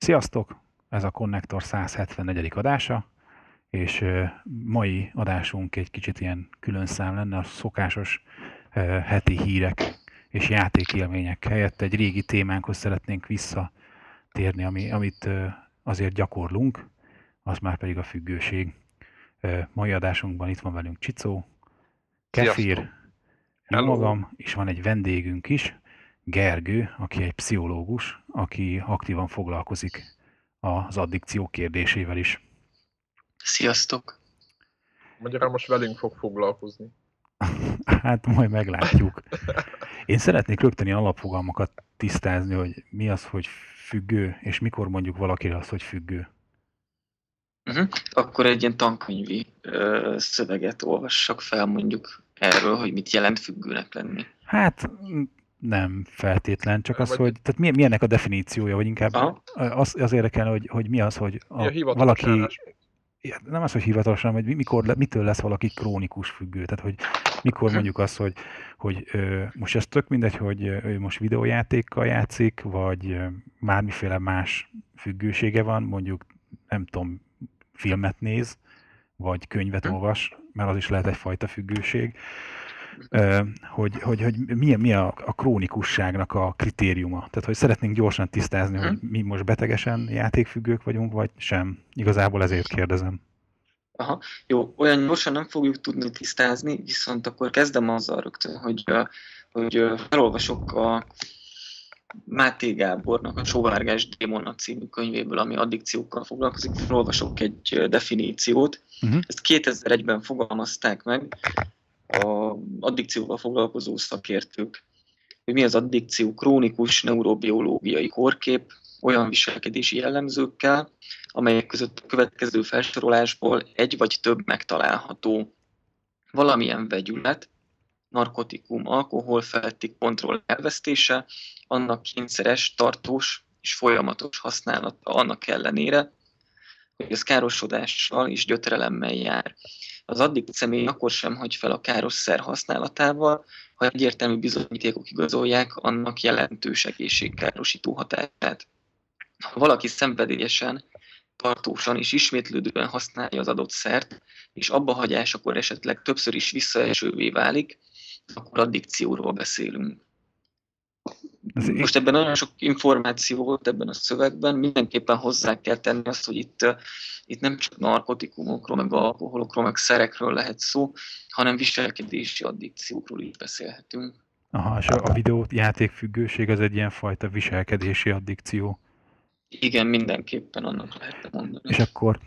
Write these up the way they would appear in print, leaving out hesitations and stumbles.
Sziasztok! Ez a Konnektor 174. adása, és mai adásunk egy kicsit ilyen külön szám lenne, a szokásos heti hírek és játékélmények helyett egy régi témánkhoz szeretnénk visszatérni, amit azért gyakorlunk, az már pedig a függőség. Mai adásunkban itt van velünk Csicó, Kefir, Sziasztok! jó Hello! magam, és van egy vendégünk is, Gergő, aki egy pszichológus, aki aktívan foglalkozik az addikció kérdésével is. Sziasztok! Magyarán most velünk fog foglalkozni. Hát majd meglátjuk. Én szeretnék rögtön ilyen alapfogalmakat tisztázni, hogy mi az, hogy függő, és mikor mondjuk valakire az, hogy függő. Akkor egy ilyen tankönyvi szöveget olvassak fel mondjuk erről, hogy mit jelent függőnek lenni. Hát nem feltétlen, csak az, hogy tehát mi ennek a definíciója, vagy inkább az érdekel, hogy mi az, hogy valaki... Nem az, hogy hivatalosan, hogy mitől lesz valaki krónikus függő. Tehát, hogy mikor mondjuk azt, hogy most ez tök mindegy, hogy ő most videójátékkal játszik, vagy bármiféle más függősége van, mondjuk nem tudom, filmet néz, vagy könyvet olvas, mert az is lehet egyfajta függőség. Hogy mi a krónikusságnak a kritériuma. Tehát, hogy szeretnénk gyorsan tisztázni, hogy mi most betegesen játékfüggők vagyunk, vagy sem. Igazából ezért kérdezem. Aha, jó, olyan gyorsan nem fogjuk tudni tisztázni, viszont akkor kezdem azzal rögtön, hogy felolvasok a Máté Gábornak a Sóvárgás Démona című könyvéből, ami addikciókkal foglalkozik, felolvasok egy definíciót. Ezt 2001-ben fogalmazták meg a addikcióval foglalkozó szakértők, hogy mi az addikció: krónikus neurobiológiai kórkép, olyan viselkedési jellemzőkkel, amelyek között a következő felsorolásból egy vagy több megtalálható: valamilyen vegyület, narkotikum, alkohol feletti kontroll elvesztése, annak kényszeres, tartós és folyamatos használata annak ellenére, hogy ez károsodással és gyötrelemmel jár. Az addikt személy akkor sem hagy fel a káros szer használatával, ha egyértelmű bizonyítékok igazolják annak jelentős egészségkárosító hatását. Ha valaki szenvedélyesen, tartósan és ismétlődően használja az adott szert, és abbahagyásakor esetleg többször is visszaesővé válik, akkor addikcióról beszélünk. Most ebben nagyon sok információ volt ebben a szövegben, mindenképpen hozzá kell tenni azt, hogy itt nem csak narkotikumokról, meg alkoholokról, meg szerekről lehet szó, hanem viselkedési addikciókról is beszélhetünk. Aha, és a videójátékfüggőség az egy ilyen fajta viselkedési addikció. Igen, mindenképpen annak lehet mondani. És akkor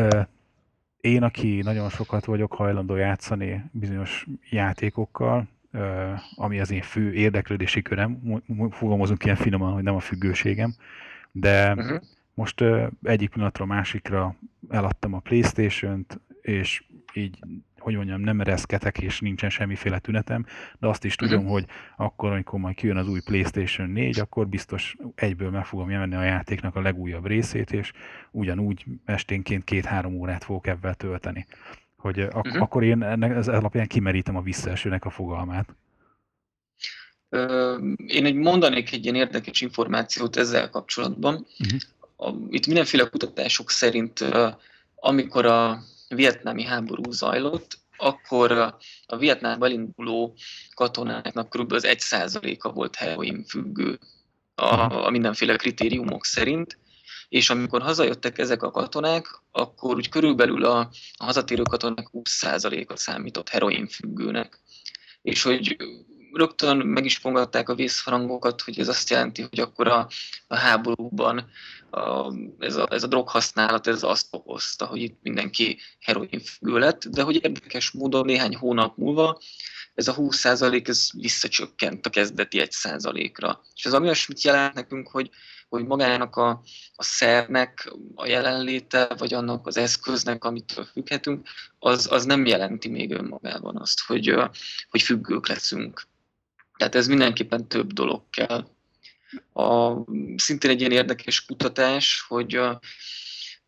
én, aki nagyon sokat vagyok hajlandó játszani bizonyos játékokkal, ami az én fő érdeklődési körem, fogalmazunk ilyen finoman, hogy nem a függőségem, de most egyik pillanatra másikra eladtam a PlayStation-t, és így, hogy mondjam, nem ereszkedek, és nincsen semmiféle tünetem, de azt is tudom, hogy akkor, amikor majd kijön az új PlayStation 4, akkor biztos egyből meg fogom jelenni a játéknak a legújabb részét, és ugyanúgy esténként 2-3 órát fogok ebben tölteni. Hogy akkor én ez alapján kimerítem a visszaesőnek a fogalmát. Én mondanék egy ilyen érdekes információt ezzel kapcsolatban. Itt mindenféle kutatások szerint, amikor a vietnámi háború zajlott, akkor a Vietnámban elinduló katonáknak kb. Az 1%-a volt heroinfüggő a mindenféle kritériumok szerint, és amikor hazajöttek ezek a katonák, akkor úgy körülbelül a hazatérő katonák 20%-a számított heroinfüggőnek. És hogy rögtön meg is fogadták a vészharangokat, hogy ez azt jelenti, hogy akkor a háborúban ez a droghasználat, ez azt okozta, hogy itt mindenki heroinfüggő lett, de hogy érdekes módon néhány hónap múlva ez a 20% ez visszacsökkent a kezdeti 1%-ra. És ez ami olyasmit jelent nekünk, hogy magának a szernek a jelenléte, vagy annak az eszköznek, amitől függhetünk, az nem jelenti még önmagában azt, hogy függők leszünk. Tehát ez mindenképpen több dolog kell. Szintén egy ilyen érdekes kutatás, hogy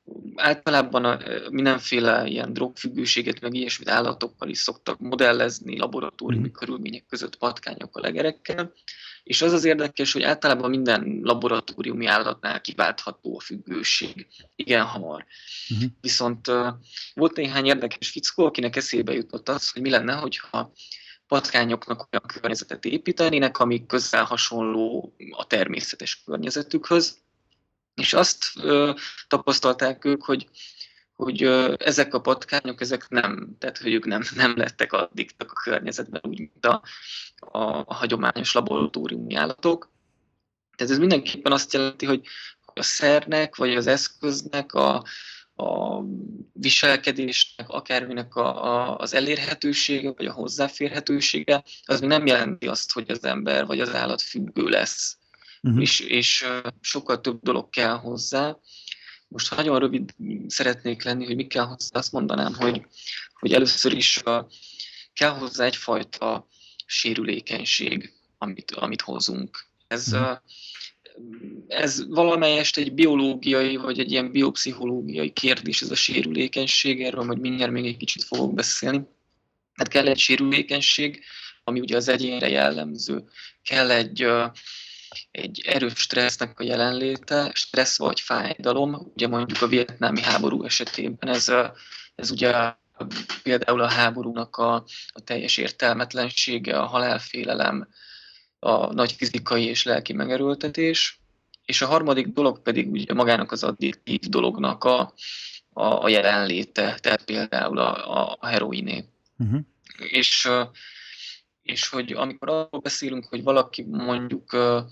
általában mindenféle ilyen drogfüggőséget, meg ilyesmit állatokkal is szoktak modellezni laboratóriumi körülmények között patkányokkal, egerekkel, és az az érdekes, hogy általában minden laboratóriumi állatnál kiváltható a függőség igen hamar. Viszont volt néhány érdekes fickó, akinek eszébe jutott az, hogy mi lenne, hogyha patkányoknak olyan környezetet építenének, ami közel hasonló a természetes környezetükhöz, és azt tapasztalták ők, hogy ezek a patkányok, ezek nem, tehát hogy ők nem lettek addiktak a környezetben, úgy, mint a hagyományos laboratóriumi állatok. Tehát ez mindenképpen azt jelenti, hogy a szernek, vagy az eszköznek, a viselkedésnek, akárminek az elérhetősége, vagy a hozzáférhetősége, az nem jelenti azt, hogy az ember vagy az állat függő lesz. És sokkal több dolog kell hozzá. Most ha nagyon rövid szeretnék lenni, hogy mi kell hozzá, azt mondanám, hogy először is kell hozzá egyfajta sérülékenység, amit hozunk. Ez valamelyest egy biológiai, vagy egy ilyen biopszichológiai kérdés, ez a sérülékenység, erről majd mindjárt még egy kicsit fogok beszélni. Hát kell egy sérülékenység, ami ugye az egyénre jellemző. Kell egy erős stressznek a jelenléte, stressz vagy fájdalom, ugye mondjuk a vietnámi háború esetében ez ugye például a háborúnak a teljes értelmetlensége, a halálfélelem, a nagy fizikai és lelki megerőltetés, és a harmadik dolog pedig ugye magának az addiktív dolognak a jelenléte, tehát például a heroiné. És hogy amikor arról beszélünk, hogy valaki mondjuk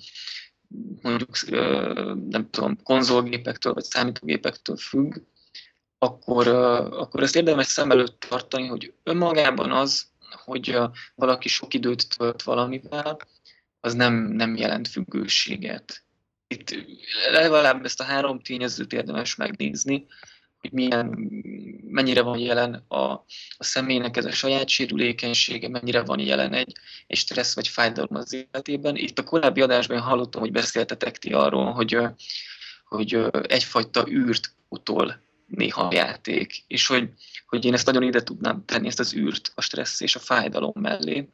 nem tudom, konzolgépektől vagy számítógépektől függ, akkor ezt érdemes szem előtt tartani, hogy önmagában az, hogy valaki sok időt tölt valamivel, az nem jelent függőséget. Itt legalább ezt a három tényezőt érdemes megnézni, hogy mennyire van jelen a személynek ez a saját sérülékenysége, mennyire van jelen egy stressz vagy fájdalom az életében. Itt a korábbi adásban hallottam, hogy beszéltetek ti arról, hogy egyfajta űrt utol néha a játék, és hogy én ezt nagyon ide tudnám tenni, ezt az űrt a stressz és a fájdalom mellé.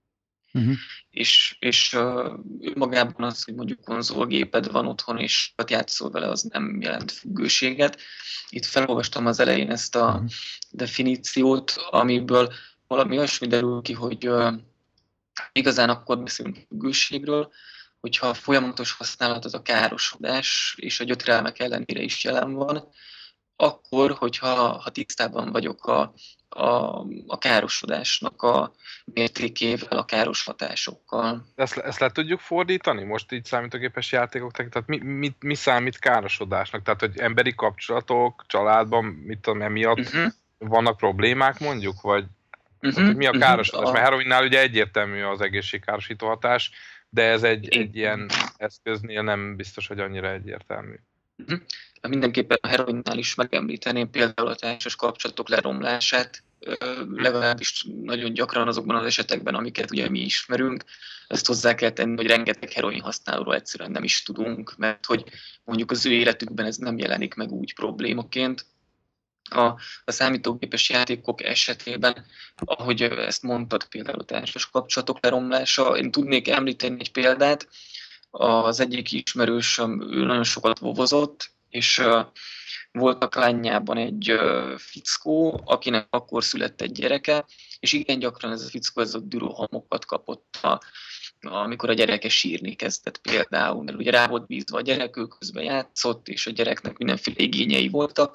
És magában az, hogy mondjuk konzolgéped van otthon, és játszol vele, az nem jelent függőséget. Itt felolvastam az elején ezt a definíciót, amiből valami olyasmi derül ki, hogy igazán akkor beszélünk függőségről, hogyha a folyamatos használat az a károsodás, és a gyötrelmek ellenére is jelen van, akkor, hogyha tisztában vagyok a károsodásnak a mértékével, a káros hatásokkal. Ezt le tudjuk fordítani most így számítógépes játékok? Tehát mi számít károsodásnak? Tehát, hogy emberi kapcsolatok, családban, mit tudom, emiatt vannak problémák mondjuk? Vagy mi a károsodás? Mert heroinnál ugye egyértelmű az egészségkárosító hatás, de ez egy ilyen eszköznél nem biztos, hogy annyira egyértelmű. Mindenképpen a heroinnál is megemlíteném például a társas kapcsolatok leromlását, legalábbis nagyon gyakran azokban az esetekben, amiket ugye mi ismerünk. Ezt hozzá kell tenni, hogy rengeteg heroin használóról egyszerűen nem is tudunk, mert hogy mondjuk az ő életükben ez nem jelenik meg úgy problémaként. A számítógépes játékok esetében, ahogy ezt mondtad, például a társas kapcsolatok leromlása, én tudnék említeni egy példát. Az egyik ismerősöm, ő nagyon sokat vovozott, és volt a klánjában egy fickó, akinek akkor született egy gyereke, és igen gyakran ez a fickó ez a dürohamokat kapott, amikor a gyereke sírni kezdett például, mert ugye rá volt bízva a gyerek, ő közben játszott, és a gyereknek mindenféle igényei voltak,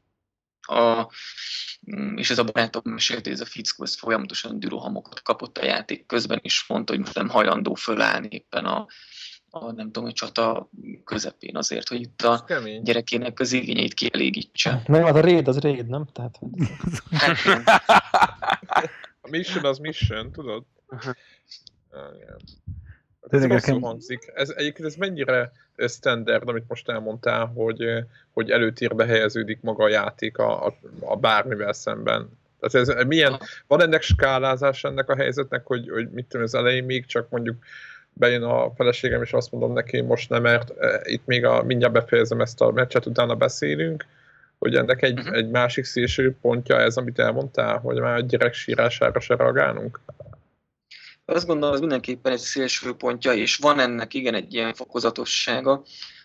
és ez a barátom mesélt, hogy ez a fickó ez folyamatosan dürohamokat kapott a játék közben, és mondta, hogy most nem hajlandó fölállni éppen a nem tudom, hogy csata közepén azért, hogy itt a gyerekének az igényeit kielégítse. Nem, az a raid, az raid, nem? Tehát, a mission az mission, tudod? Ez rosszul hangzik. Egyébként ez mennyire standard, amit most elmondtál, hogy előtérbe helyeződik maga a játék a bármivel szemben. Tehát ez milyen, van ennek skálázás ennek a helyzetnek, hogy mit tudom, az elején még csak mondjuk bejön a feleségem, és azt mondom neki, most nem, mert itt még mindjárt befejezem ezt a meccset, utána beszélünk, hogy ennek egy másik szélső pontja ez, amit elmondtál, hogy már a gyerek sírására se reagálunk? Azt gondolom, az mindenképpen egy szélső pontja, és van ennek igen egy ilyen fokozatossága,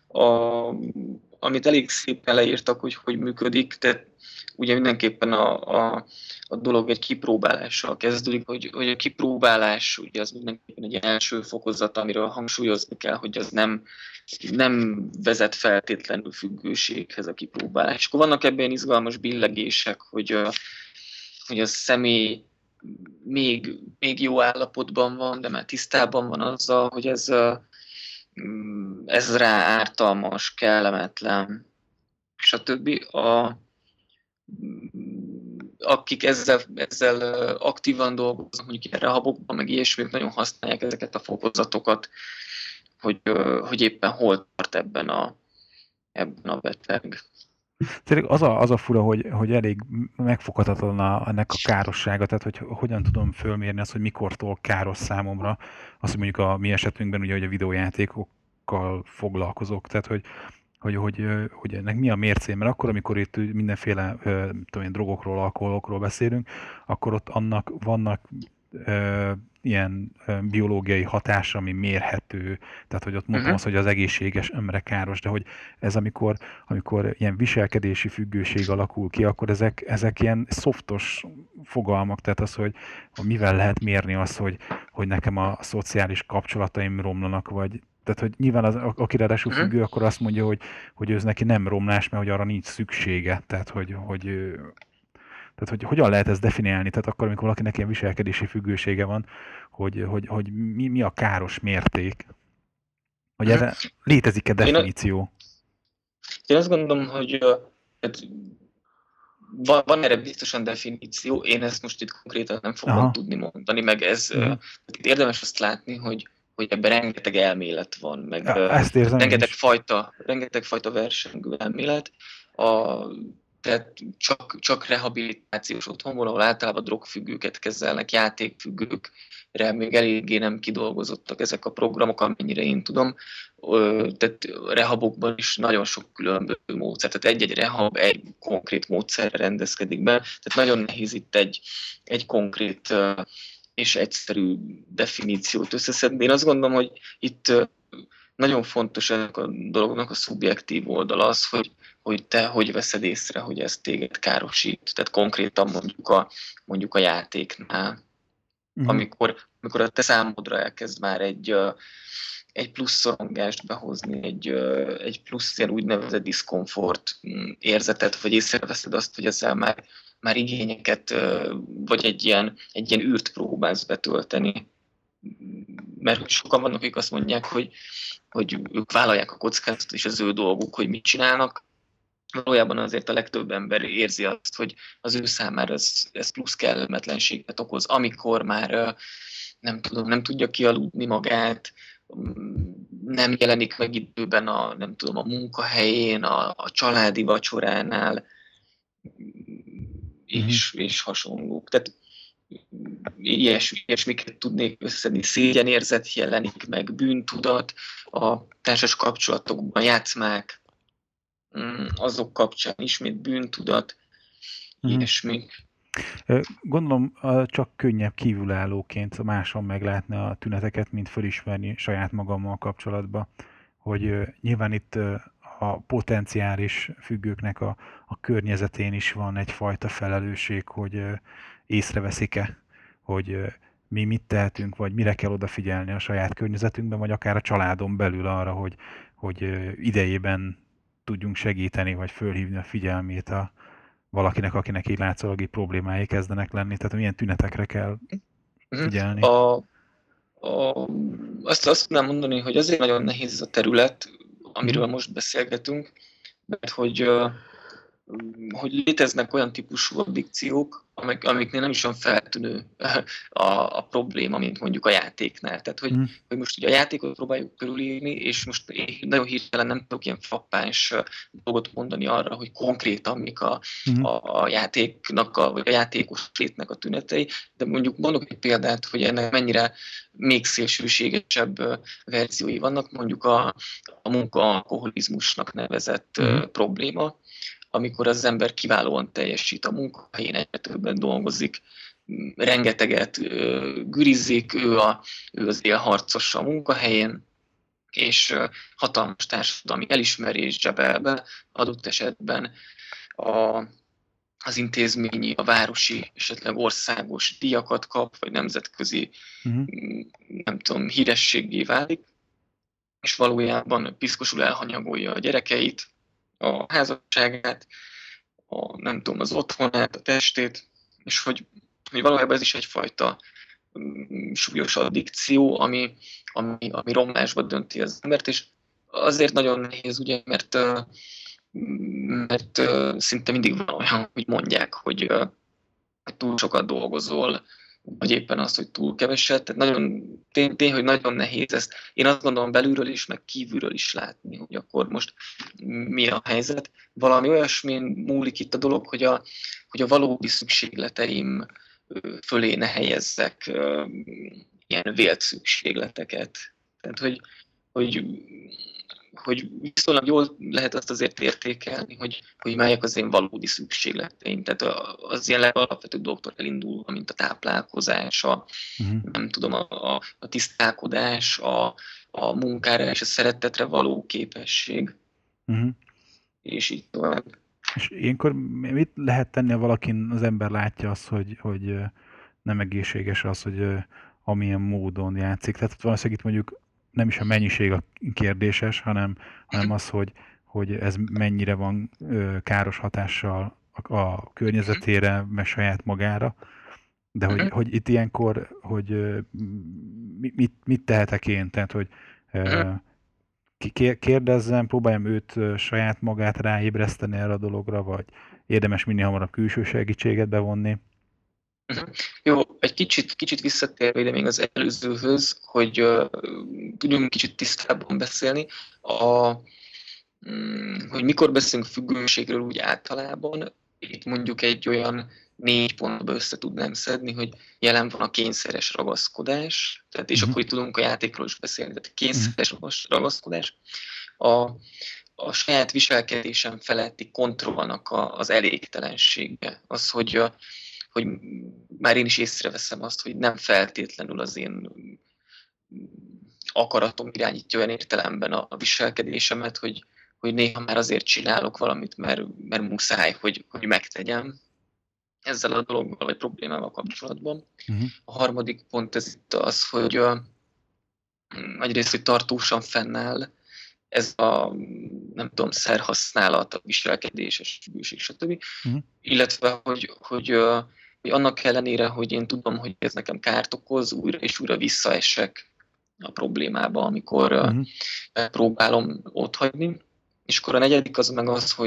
amit elég szépen leírtak, hogy működik, tehát ugye mindenképpen a dolog egy kipróbálással kezdődik, hogy a kipróbálás ugye az mindenképpen egy első fokozat, amiről hangsúlyozni kell, hogy az nem vezet feltétlenül függőséghez a kipróbálás. Akkor vannak ebben izgalmas billegések, hogy a személy még jó állapotban van, de már tisztában van azzal, hogy ez rá ártalmas, kellemetlen, stb. Akik ezzel aktívan dolgoznak, mondjuk ilyen rehabokban, meg ilyesmik, nagyon használják ezeket a fokozatokat, hogy éppen hol tart ebben a beteg. Tényleg az a fura, hogy elég megfoghatatlan ennek a károssága, tehát hogy hogyan tudom fölmérni azt, hogy mikortól káros számomra, azt, hogy mondjuk a mi esetünkben ugye, hogy a videójátékokkal foglalkozok, tehát hogy ennek mi a mércé, mert akkor, amikor itt mindenféle drogokról, alkoholokról beszélünk, akkor ott annak vannak ilyen biológiai hatás, ami mérhető, tehát hogy ott mondtam azt, hogy az egészséges emberre káros, de hogy ez amikor ilyen viselkedési függőség alakul ki, akkor ezek ilyen szoftos fogalmak, tehát az, hogy mivel lehet mérni azt, hogy nekem a szociális kapcsolataim romlanak, vagy tehát, hogy nyilván aki ráadásul függő, akkor azt mondja, hogy ez neki nem romlás, mert hogy arra nincs szüksége, tehát hogy hogyan lehet ezt definiálni? Tehát akkor, amikor valakinek ilyen viselkedési függősége van, hogy mi a káros mérték? Hogy erre létezik-e definíció? Én azt gondolom, hogy van erre biztosan definíció, én ezt most itt konkrétan nem fogom tudni mondani, meg itt érdemes azt látni, hogy ebben rengeteg elmélet van, meg rengeteg fajta versengő elmélet. Tehát csak rehabilitációs otthonból, ahol általában drogfüggőket kezelnek, játékfüggőkre még eléggé nem kidolgozottak ezek a programok, amennyire én tudom. Tehát rehabokban is nagyon sok különböző módszer, tehát egy-egy rehab egy konkrét módszerre rendezkedik be, tehát nagyon nehéz itt egy konkrét és egyszerű definíciót összeszedni. Én azt gondolom, hogy itt nagyon fontos ennek a dolognak a szubjektív oldala az, hogy te hogy veszed észre, hogy ez téged károsít. Tehát konkrétan mondjuk a játéknál. Amikor a te számodra elkezd már egy plusz szorongást behozni, egy plusz ilyen úgynevezett diszkomfort érzetet, vagy észreveszed azt, hogy ezzel már igényeket, vagy egy ilyen űrt próbálsz betölteni. Mert sokan vannak, akik azt mondják, hogy ők vállalják a kockázatot, és az ő dolguk, hogy mit csinálnak. Valójában azért a legtöbb ember érzi azt, hogy az ő számára ez plusz kellemetlenséget okoz, amikor már nem tudja kialudni magát, nem jelenik meg időben a munkahelyén, a családi vacsoránál, és hasonlók. Tehát ilyesmiket tudnék összedni. Szégyenérzet jelenik meg, bűntudat, a társas kapcsolatokban játszmák, azok kapcsán ismét bűntudat, ilyesmik. Gondolom csak könnyebb kívülállóként máson meglátni a tüneteket, mint fölismerni saját magammal kapcsolatban, hogy nyilván itt a potenciális függőknek a környezetén is van egyfajta felelősség, hogy észreveszik-e, hogy mi mit tehetünk, vagy mire kell odafigyelni a saját környezetünkben, vagy akár a családon belül arra, hogy idejében tudjunk segíteni, vagy fölhívni a figyelmét valakinek, akinek így látszólagi problémái kezdenek lenni. Tehát milyen tünetekre kell figyelni. Azt tudnám mondani, hogy azért nagyon nehéz ez a terület, amiről most beszélgetünk, mert hogy léteznek olyan típusú addikciók, amiknél nem is olyan feltűnő a probléma, mint mondjuk a játéknál. Tehát, hogy most ugye a játékot próbáljuk körülírni, és most én nagyon hirtelen nem tudok ilyen frappáns dolgot mondani arra, hogy konkrétan mik a játéknak, vagy a játékos létnek a tünetei, de mondjuk mondok egy példát, hogy ennek mennyire még szélsőségesebb verziói vannak, mondjuk a munkaalkoholizmusnak nevezett probléma, amikor az ember kiválóan teljesít a munkahelyén, egyre többen dolgozik, rengeteget gürizik, ő az élharcosa a munkahelyén, és hatalmas társadalmi elismerés zsebel be, adott esetben az intézményi, a városi, esetleg országos díjakat kap, vagy nemzetközi, nem tudom, hírességgé válik, és valójában piszkosul elhanyagolja a gyerekeit, a házasságát, nem tudom, az otthonát, a testét, és hogy valójában ez is egyfajta súlyos addikció, ami romlásba dönti az embert, és azért nagyon nehéz, ugye, mert szinte mindig van olyan, hogy mondják, hogy túl sokat dolgozol, vagy éppen az, hogy túl keveset. Tehát nagyon, tény, hogy nagyon nehéz ezt. Én azt gondolom belülről is, meg kívülről is látni, hogy akkor most mi a helyzet. Valami olyasmin múlik itt a dolog, hogy a valódi szükségleteim fölé ne helyezzek ilyen vélt szükségleteket. Tehát, hogy viszonylag jól lehet azt azért értékelni, hogy melyek az én valódi szükségleteim. Tehát az ilyen legalapvetőbb dolgoktól elindul, mint a táplálkozás, nem tudom, a tisztálkodás, a munkára és a szeretetre való képesség. És így tovább. És ilyenkor mit lehet tenni, ha valakin az ember látja azt, hogy nem egészséges az, hogy amilyen módon játszik. Tehát valószínűleg itt mondjuk nem is a mennyiség a kérdéses, hanem az, hogy ez mennyire van káros hatással a környezetére, meg saját magára. De hogy itt ilyenkor, hogy mit tehetek én? Tehát, hogy kérdezzem, próbáljam őt saját magát ráébreszteni erre a dologra, vagy érdemes minél hamarabb külső segítséget bevonni? Jó, egy kicsit visszatérve ide még az előzőhöz, hogy tudjunk kicsit tisztábban beszélni. Hogy mikor beszélünk függőségről úgy általában, itt mondjuk egy olyan 4 pontba össze tudnám szedni, hogy jelen van a kényszeres ragaszkodás, tehát, és akkor itt tudunk a játékról is beszélni, tehát kényszeres ragaszkodás, a saját viselkedésem feletti kontrollnak az elégtelensége, az, hogy már én is észreveszem azt, hogy nem feltétlenül az én akaratom irányítja olyan értelemben a viselkedésemet, hogy néha már azért csinálok valamit, mert muszáj, hogy megtegyem ezzel a dologgal, vagy problémával kapcsolatban. A harmadik pont ez itt az, hogy egyrészt, hogy tartósan fennáll ez a, nem tudom, szerhasználat, a viselkedéses függőség, stb. Illetve, hogy annak ellenére, hogy én tudom, hogy ez nekem kárt okoz, újra és újra visszaesek a problémába, amikor próbálom otthagyni. És akkor a negyedik az meg az,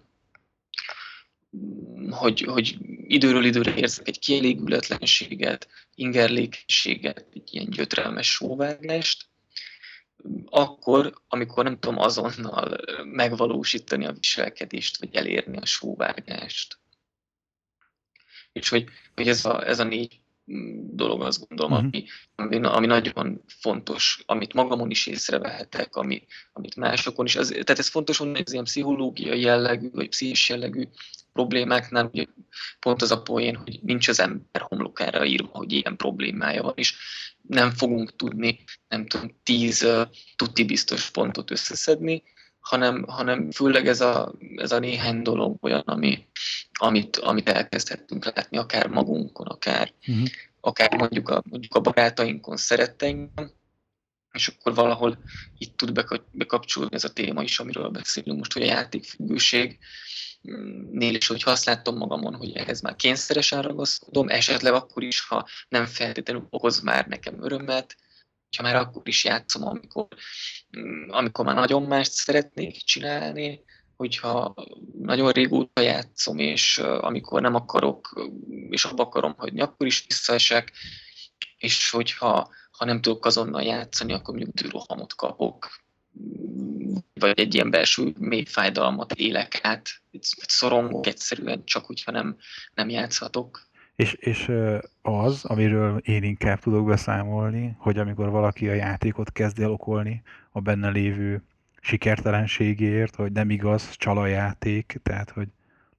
hogy időről időre érzek egy kielégületlenséget, ingerlékenységet, egy ilyen gyötrelmes sóvágást, akkor, amikor nem tudom azonnal megvalósítani a viselkedést, vagy elérni a sóvágást. És hogy ez a 4 dolog, azt gondolom, ami nagyon fontos, amit magamon is észrevehetek, amit másokon is. Tehát ez fontos, hogy ez ilyen pszichológiai jellegű, vagy pszichés jellegű problémáknál, ugye pont az a poén, hogy nincs az ember homlokára írva, hogy ilyen problémája van, és nem fogunk tudni, nem tudom, 10 tuti biztos pontot összeszedni, hanem főleg ez a néhány dolog olyan, amit elkezdhettünk látni, akár magunkon, akár mondjuk a barátainkon, szeretteinkon, és akkor valahol itt tud bekapcsolódni ez a téma is, amiről beszélünk most, hogy a játékfüggőségnél is, hogyha azt látom magamon, hogy ehhez már kényszeresen ragaszkodom, esetleg akkor is, ha nem feltétlenül okoz már nekem örömet, ha már akkor is játszom, amikor már nagyon mást szeretnék csinálni, hogyha nagyon régóta játszom, és amikor nem akarok, és abba akarom hagyni, akkor is visszaesek, és hogyha nem tudok azonnal játszani, akkor mondjuk dürohamot kapok, vagy egy ilyen belső mély fájdalmat élek át, szorongok egyszerűen, csak hogyha nem játszhatok. És az, amiről én inkább tudok beszámolni, hogy amikor valaki a játékot kezd el okolni a benne lévő sikertelenségéért, hogy nem igaz, csal a játék, tehát hogy,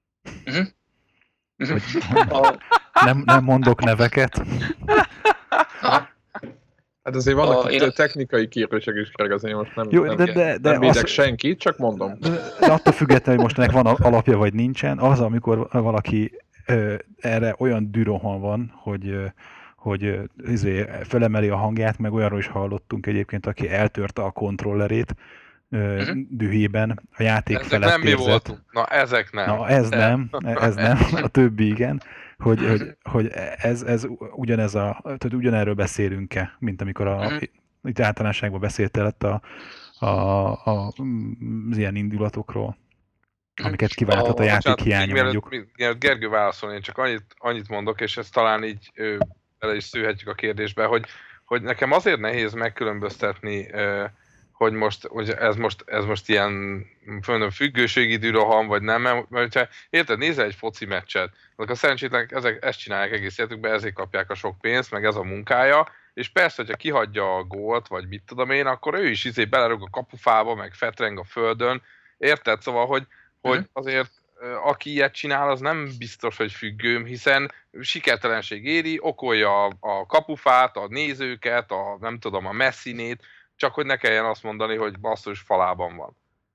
hogy nem mondok neveket. Hát azért vannak itt technikai kérdések is, Greg, azért most nem védek senkit, csak mondom. De attól függetlenül, hogy most ennek van alapja vagy nincsen, az, amikor valaki erre olyan dürohan van, hogy fölemeli a hangját, meg olyanról is hallottunk egyébként, aki eltörte a kontrollerét dühében, a játék ezek felett nem érzett. Mi voltunk. Na, ezek nem. Na, ez nem, a többi igen, hogy ez ugyanerről beszélünk-e, mint amikor itt általánosságban beszéltél az ilyen indulatokról, amiket kiválthat a játék hiánya mondjuk. Mielőtt Gergő válaszol, én csak annyit mondok, és ezt talán így bele is szűrhetjük a kérdésbe, hogy nekem azért nehéz megkülönböztetni, hogy ez most ilyen függőségi düroham, vagy nem, mert hogyha érted, nézel egy foci meccset, akkor szerencsétlenek ezt csinálják egész életükben, ezért kapják a sok pénzt, meg ez a munkája, és persze, hogyha kihagyja a gólt, vagy mit tudom én, akkor ő is belerúg a kapufába, meg fetreng a földön, érted? Szóval, hogy azért aki ilyet csinál, az nem biztos, hogy függő, hiszen sikertelenség éri, okolja a kapufát, a nézőket, nem tudom, a messzinét, csak hogy ne kelljen azt mondani, hogy basszus, falában van.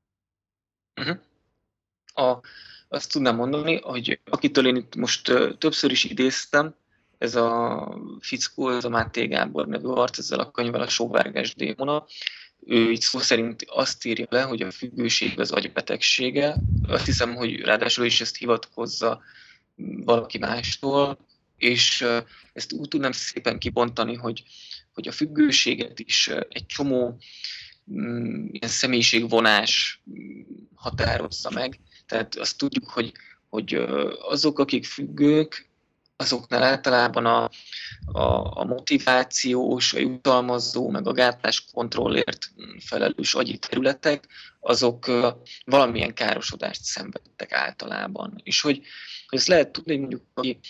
Azt tudnám mondani, hogy akitől én itt most többször is idéztem, ez a fickó, ez a Máté Gábor nevű arc, ezzel a könyvvel, a Sóvárgás démona. Ő így szó szerint azt írja le, hogy a függőség az agybetegsége. Azt hiszem, hogy ráadásul is ezt hivatkozza valaki mástól, és ezt úgy tudnám szépen kibontani, hogy a függőséget is egy csomó ilyen személyiségvonás határozza meg. Tehát azt tudjuk, hogy azok, akik függők, azoknál általában a motivációs, a jutalmazó, meg a gátláskontrollért felelős agyi területek, azok valamilyen károsodást szenvedtek általában. És hogy ezt lehet tudni, mondjuk,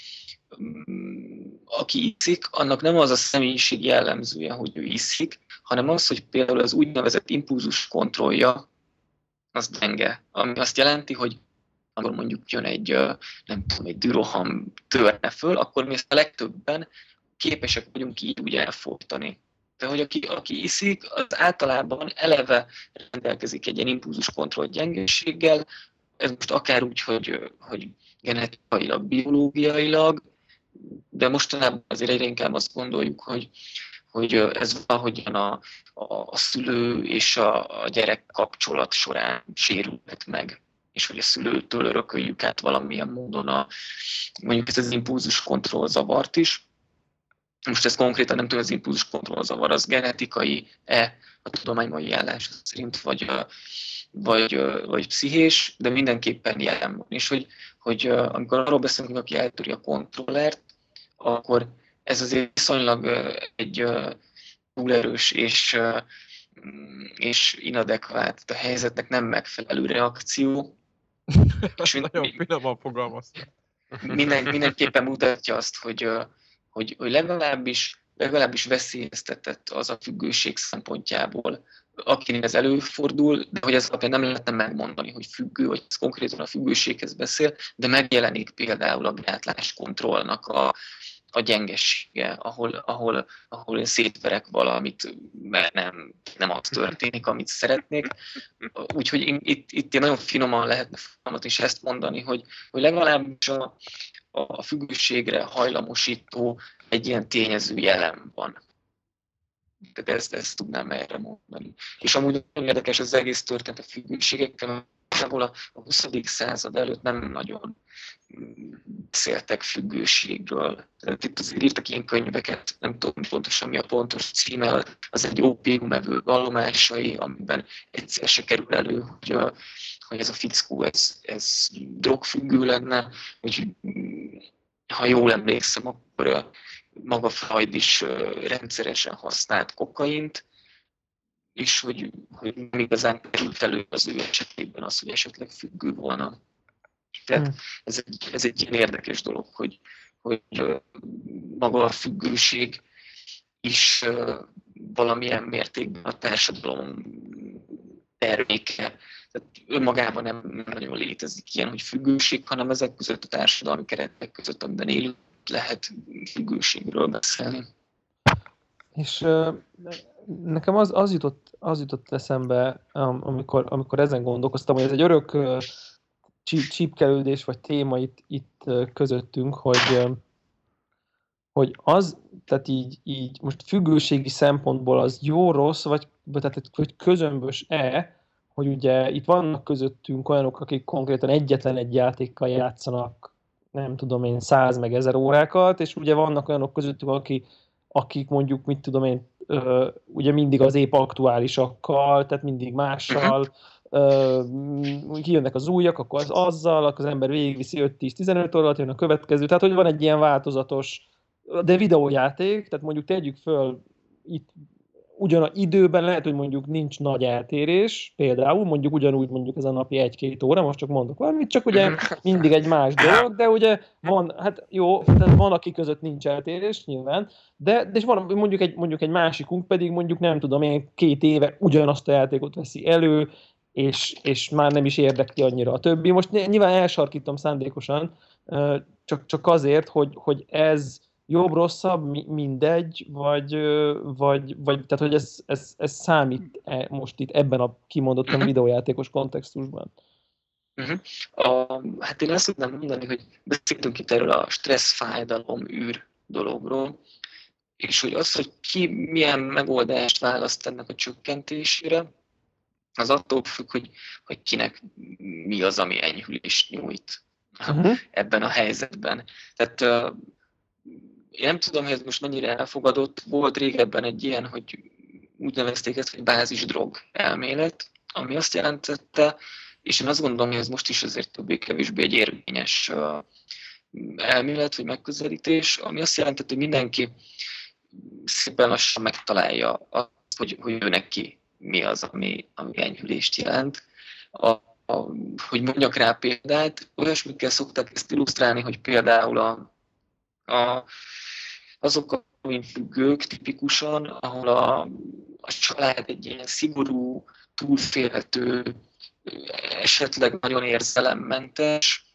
aki iszik, annak nem az a személyiség jellemzője, hogy ő iszik, hanem az, hogy például az úgynevezett impulzus kontrollja, az gyenge. Ami azt jelenti, hogy amikor mondjuk jön egy düroham törne föl, akkor mi ezt a legtöbben képesek vagyunk így úgy elfolytani. De hogy aki iszik, az általában eleve rendelkezik egy ilyen impulzuskontroll gyengeséggel, ez most akár úgy, hogy genetikailag, biológiailag, de mostanában azért egyre inkább azt gondoljuk, hogy ez valahogyan a szülő és a gyerek kapcsolat során sérülhet meg, és hogy a szülőtől örököljük át valamilyen módon mondjuk ezt az impulzus-kontroll zavart is. Most ez konkrétan nem tudom, az impulzus-kontroll zavar, az genetikai-e a tudományi állás szerint, vagy pszichés, de mindenképpen jelen van. És hogy amikor arról beszélünk, hogy aki eltöri a kontrollert, akkor ez azért viszonylag egy túlerős és inadekvát, a helyzetnek nem megfelelő reakció. És nagyon finoman fogalmaztam. Mindenképpen mutatja azt, hogy legalábbis veszélyeztetett az a függőség szempontjából, akinek ez előfordul, de hogy ez alapján nem lehetne megmondani, hogy függő, vagy ez konkrétan a függőséghez beszél, de megjelenik például a gátláskontrollnak a gyengessége, ahol én szétverek valamit, mert nem az történik, amit szeretnék. Úgyhogy itt nagyon finoman lehetne fogalmazni és ezt mondani, hogy legalábbis a függőségre hajlamosító egy ilyen tényező jelen van. Tehát ezt tudnám erre mondani. És amúgy nagyon érdekes az egész történet a függőségekkel, ahol a 20. század előtt nem nagyon beszéltek függőségről. Tehát itt azért írtak ilyen könyveket, nem tudom pontosan mi a pontos címe, az egy ópiumevő vallomásai, amiben egyszer se kerül elő, hogy ez a fickó, ez drogfüggő lenne, hogy ha jól emlékszem, akkor maga Freud is rendszeresen használt kokaint, és hogy nem igazán került elő az ő esetében az, hogy esetleg függő volna. Tehát ez egy ilyen érdekes dolog, hogy maga a függőség is valamilyen mértékben a társadalom terméke. Tehát önmagában nem nagyon létezik ilyen, hogy függőség, hanem ezek között a társadalmi keretek között, amiben élünk, lehet függőségről beszélni. És nekem az jutott eszembe, amikor ezen gondolkoztam, hogy ez egy örök csípkelődés vagy téma itt közöttünk, hogy az, tehát így most függőségi szempontból az jó-rossz, vagy tehát hogy közömbös-e, hogy ugye itt vannak közöttünk olyanok, akik konkrétan egyetlen egy játékkal játszanak, nem tudom én, 100 meg 1000 órákat, és ugye vannak olyanok közöttünk, akik mondjuk, mit tudom én, ugye mindig az épp aktuálisakkal, tehát mindig mással, kijönnek az újak, akkor azzal, akkor az ember végigviszi 5-10-15 órát, jön a következő, tehát hogy van egy ilyen változatos, de videójáték, tehát mondjuk tegyük föl itt ugyan időben lehet, hogy mondjuk nincs nagy eltérés, például mondjuk ugyanúgy mondjuk ez a napi 1-2 óra, most csak mondok valamit, csak ugye mindig egy más dolog, de ugye van, hát jó, tehát van, aki között nincs eltérés nyilván, de és van mondjuk egy másikunk pedig mondjuk nem tudom én 2 éve ugyanazt a játékot veszi elő, és már nem is érdekli annyira a többi. Most nyilván elsarkítom szándékosan, csak azért, hogy ez jobb-rosszabb, mindegy, vagy tehát, hogy ez számít most itt ebben a kimondottan videójátékos kontextusban? Hát én azt tudnám mondani, hogy beszéltünk itt erről a stressz, fájdalom, űr dologról, és hogy az, hogy ki milyen megoldást választ ennek a csökkentésére, az attól függ, hogy kinek mi az, ami enyhülést nyújt ebben a helyzetben. Tehát én nem tudom, hogy ez most mennyire elfogadott. Volt régebben egy ilyen, hogy úgy nevezték ezt, hogy bázisdrog elmélet, ami azt jelentette, és én azt gondolom, hogy ez most is azért többé-kevésbé egy érvényes elmélet, vagy megközelítés, ami azt jelentette, hogy mindenki szépen lassan megtalálja azt, hogy ő neki mi az, ami enyhülést jelent. Hogy mondjak rá példát, olyasmikkel szokták ezt illusztrálni, hogy például azok a függők tipikusan, ahol a család egy ilyen szigorú, túlfélhető, esetleg nagyon érzelemmentes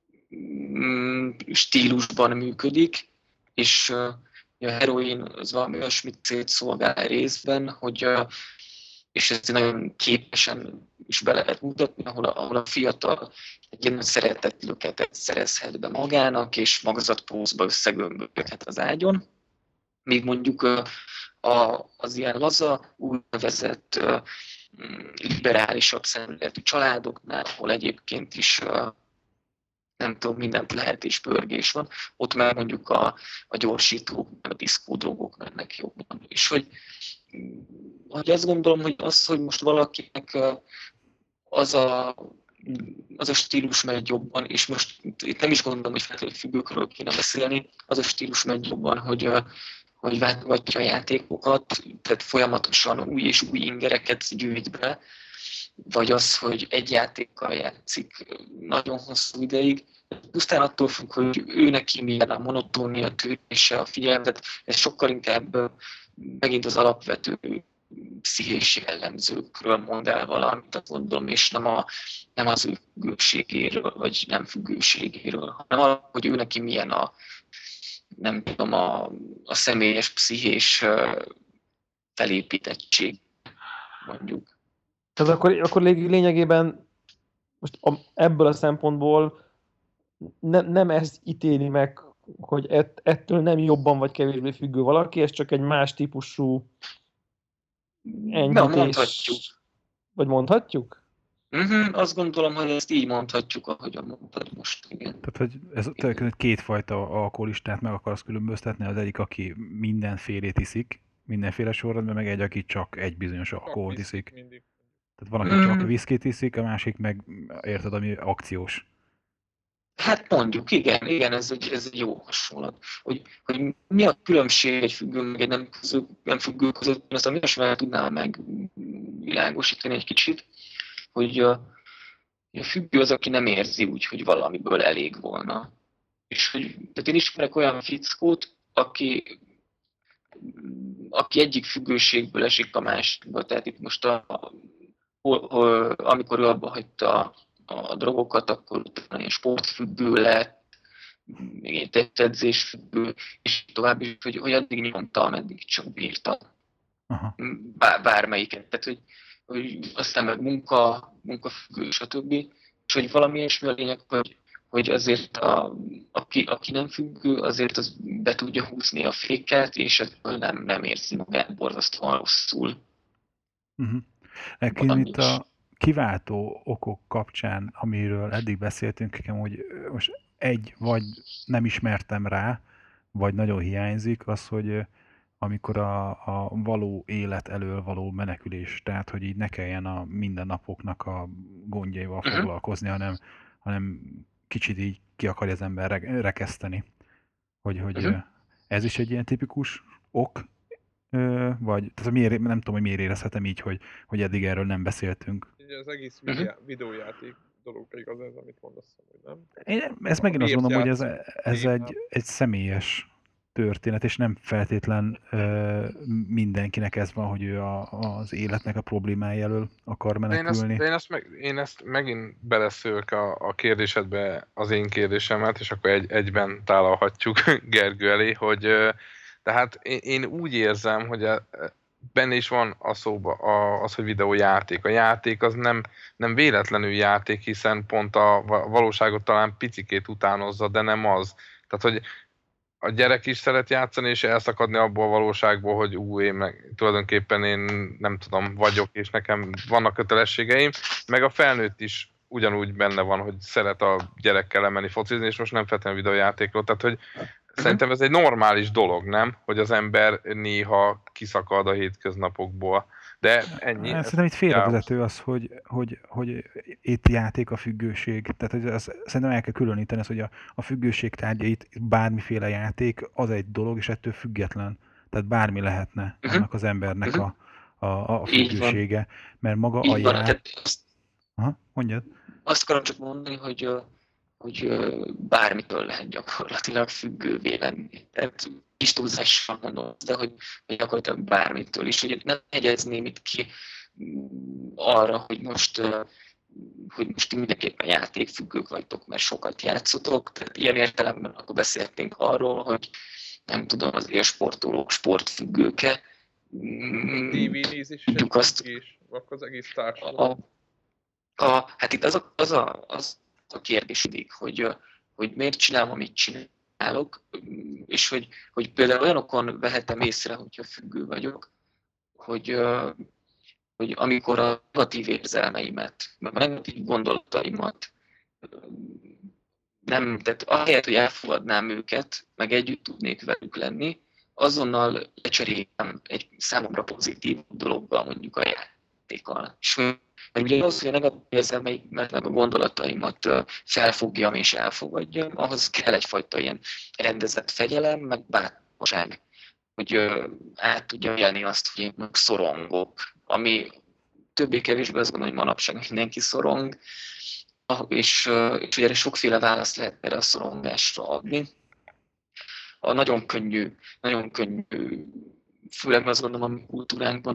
stílusban működik, és a heroin az valami olyasmit szolgál részben, hogy és ezt nagyon képesen is be lehet mutatni, ahol a fiatal egy ilyen szeretetlöketet szerezhet be magának, és magzatpózba összegömbölhet az ágyon. Míg mondjuk az ilyen laza, úgynevezett liberálisabb szemléletű családoknál, ahol egyébként is nem tudom, mindent lehet és pörgés van, ott már mondjuk a gyorsítók, a diszkódrogok mennek jobban. És hogy azt gondolom, hogy az, hogy most valakinek az a stílus megy jobban, és most itt nem is gondolom, hogy feltétlenül függőkről kéne beszélni, az a stílus megy jobban, hogy váltogatja a játékokat, tehát folyamatosan új és új ingereket gyűjt be, vagy az, hogy egy játékkal játszik nagyon hosszú ideig. Pusztán attól függ, hogy ő neki milyen a monotónia, tűrése, a figyelem, tehát ez sokkal inkább megint az alapvető pszichés jellemzőkről mond el valamit, azt gondolom, és nem az ő függőségéről, vagy nem függőségéről, hanem hogy ő neki milyen nem tudom, a személyes pszichés felépítettség, mondjuk. Tehát akkor lényegében most ebből a szempontból nem ez ítéli meg, hogy ettől nem jobban vagy kevésbé függő valaki, ez csak egy más típusú enyhítés. Mondhatjuk. Vagy mondhatjuk? Azt gondolom, hogy ezt így mondhatjuk, ahogyan mondtad most, igen. Tehát, hogy ez kétfajta alkoholistát meg akarsz különböztetni, az egyik, aki mindenfélét iszik, mindenféle sorrendben, meg egy, aki csak egy bizonyos alkoholt iszik. Tehát van, aki csak viszkit iszik, a másik meg, érted, ami akciós. Hát mondjuk, igen, ez egy jó hasonlat. Hogy mi a különbség egy függő, meg egy nem függő között, ezt a miért tudnám megvilágosítani egy kicsit, hogy a függő az, aki nem érzi úgy, hogy valamiből elég volna. És tehát én ismerek olyan fickót, aki egyik függőségből esik a másikba. Tehát itt most amikor ő abba hagyta a drogokat, akkor utána sportfüggő lett, még egy edzésfüggő, és tovább is, hogy addig nyomta, ameddig csak bírta. Aha. Bármelyiket. Tehát, hogy aztán meg munkafüggő, stb. És hogy valami ilyesmi a lényeg, hogy azért aki nem függő, azért az be tudja húzni a féket, és ettől nem érzi magát borzasztóan rosszul. Nekem itt a kiváltó okok kapcsán, amiről eddig beszéltünk, hogy most vagy nem ismertem rá, vagy nagyon hiányzik, az, hogy amikor a való élet elől való menekülés, tehát hogy így ne kelljen a mindennapoknak a gondjaival foglalkozni, hanem kicsit így ki akarja az ember rekeszteni. Hogy ez is egy ilyen tipikus ok, vagy tehát nem tudom, hogy miért érezhetem így, hogy eddig erről nem beszéltünk. Ugye az egész videójáték dologra igaz ez, amit mondasz, hogy nem? Én ezt megint azt mondom, hogy ez egy személyes történet, és nem feltétlen mindenkinek ez van, hogy ő az életnek a problémái elől akar menekülni. Én ezt megint beleszőlök a kérdésedbe az én kérdésemet, és akkor egyben tálalhatjuk Gergő elé, hogy tehát én úgy érzem, hogy benne is van a szóba az, hogy videójáték. A játék az nem véletlenül játék, hiszen pont a valóságot talán picikét utánozza, de nem az. Tehát, hogy a gyerek is szeret játszani, és elszakadni abból a valóságból, hogy tulajdonképpen én nem tudom, vagyok, és nekem vannak kötelességeim, meg a felnőtt is ugyanúgy benne van, hogy szeret a gyerekkel elmenni focizni, és most nem feltétlenül videójátékról. Tehát, hogy szerintem ez egy normális dolog, nem? Hogy az ember néha kiszakad a hétköznapokból. De ennyi. Szerintem itt félrevezető az, hogy itt játék a függőség. Tehát hogy szerintem el kell különíteni az, hogy a függőség tárgyait, bármiféle játék, az egy dolog, és ettől független. Tehát bármi lehetne annak az embernek a függősége. Mert maga a játék... Aha, mondjad. Azt akarom csak mondani, hogy bármitől lehet gyakorlatilag függővé lenni. Tehát kis túlzással mondom, de hogy gyakorlatilag bármitől is. Hogy nem hegyezném itt ki arra, hogy most mindenképpen játékfüggők vagytok, mert sokat játszotok. Tehát ilyen értelemben akkor beszéltünk arról, hogy nem tudom, az élsportolók sportfüggőke. TV-nézés is, akkor az egész társadalom. Hát itt az a kérdés mindig, hogy miért csinálom, amit csinálok, és hogy például olyanokon vehetem észre, hogyha függő vagyok, hogy amikor a negatív érzelmeimet, meg a negatív gondolataimat tehát ahelyett, hogy elfogadnám őket, meg együtt tudnék velük lenni, azonnal lecserélem egy számomra pozitív dologgal, mondjuk a játékkal. Mert ugye az, hogy a negatív érzelmeimet, meg a gondolataimat felfogjam és elfogadjam, ahhoz kell egyfajta ilyen rendezett fegyelem, meg bátorság, hogy át tudjam élni azt, hogy én meg szorongok, ami többé-kevésbé azt gondolom, hogy manapság mindenki szorong, és ugye sokféle választ lehet erre a szorongásra adni. Nagyon könnyű, főleg azt gondolom a mi kultúránkban,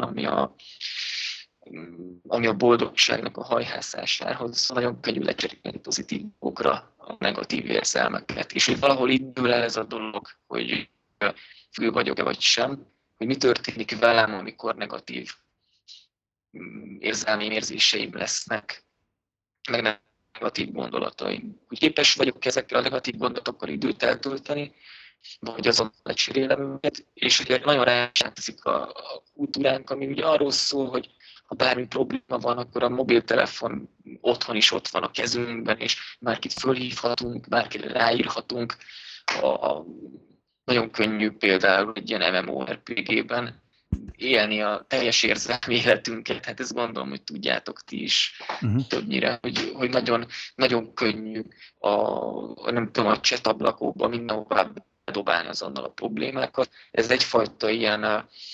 ami a boldogságnak a hajhászásához, nagyon könnyű lecserélni pozitívokra a negatív érzelmeket. És hogy valahol így dől el ez a dolog, hogy függő vagyok-e vagy sem, hogy mi történik velem, amikor negatív érzelmi érzéseim lesznek, meg negatív gondolataim. Hogy képes vagyok ezekkel a negatív gondolatokkal időt eltölteni, vagy azon lecserélem őket, és ugye nagyon rájátszik a kultúránk, ami ugye arról szól, hogy ha bármi probléma van, akkor a mobiltelefon otthon is ott van a kezünkben, és bárkit fölhívhatunk, bárkire ráírhatunk. Nagyon könnyű például egy ilyen MMORPG-ben élni a teljes érzelmi életünket. Hát ezt gondolom, hogy tudjátok ti is többnyire, hogy nagyon, nagyon könnyű nem tudom, a chat ablakokban mindenhová dobálni azonnal a problémákat. Ez egyfajta ilyen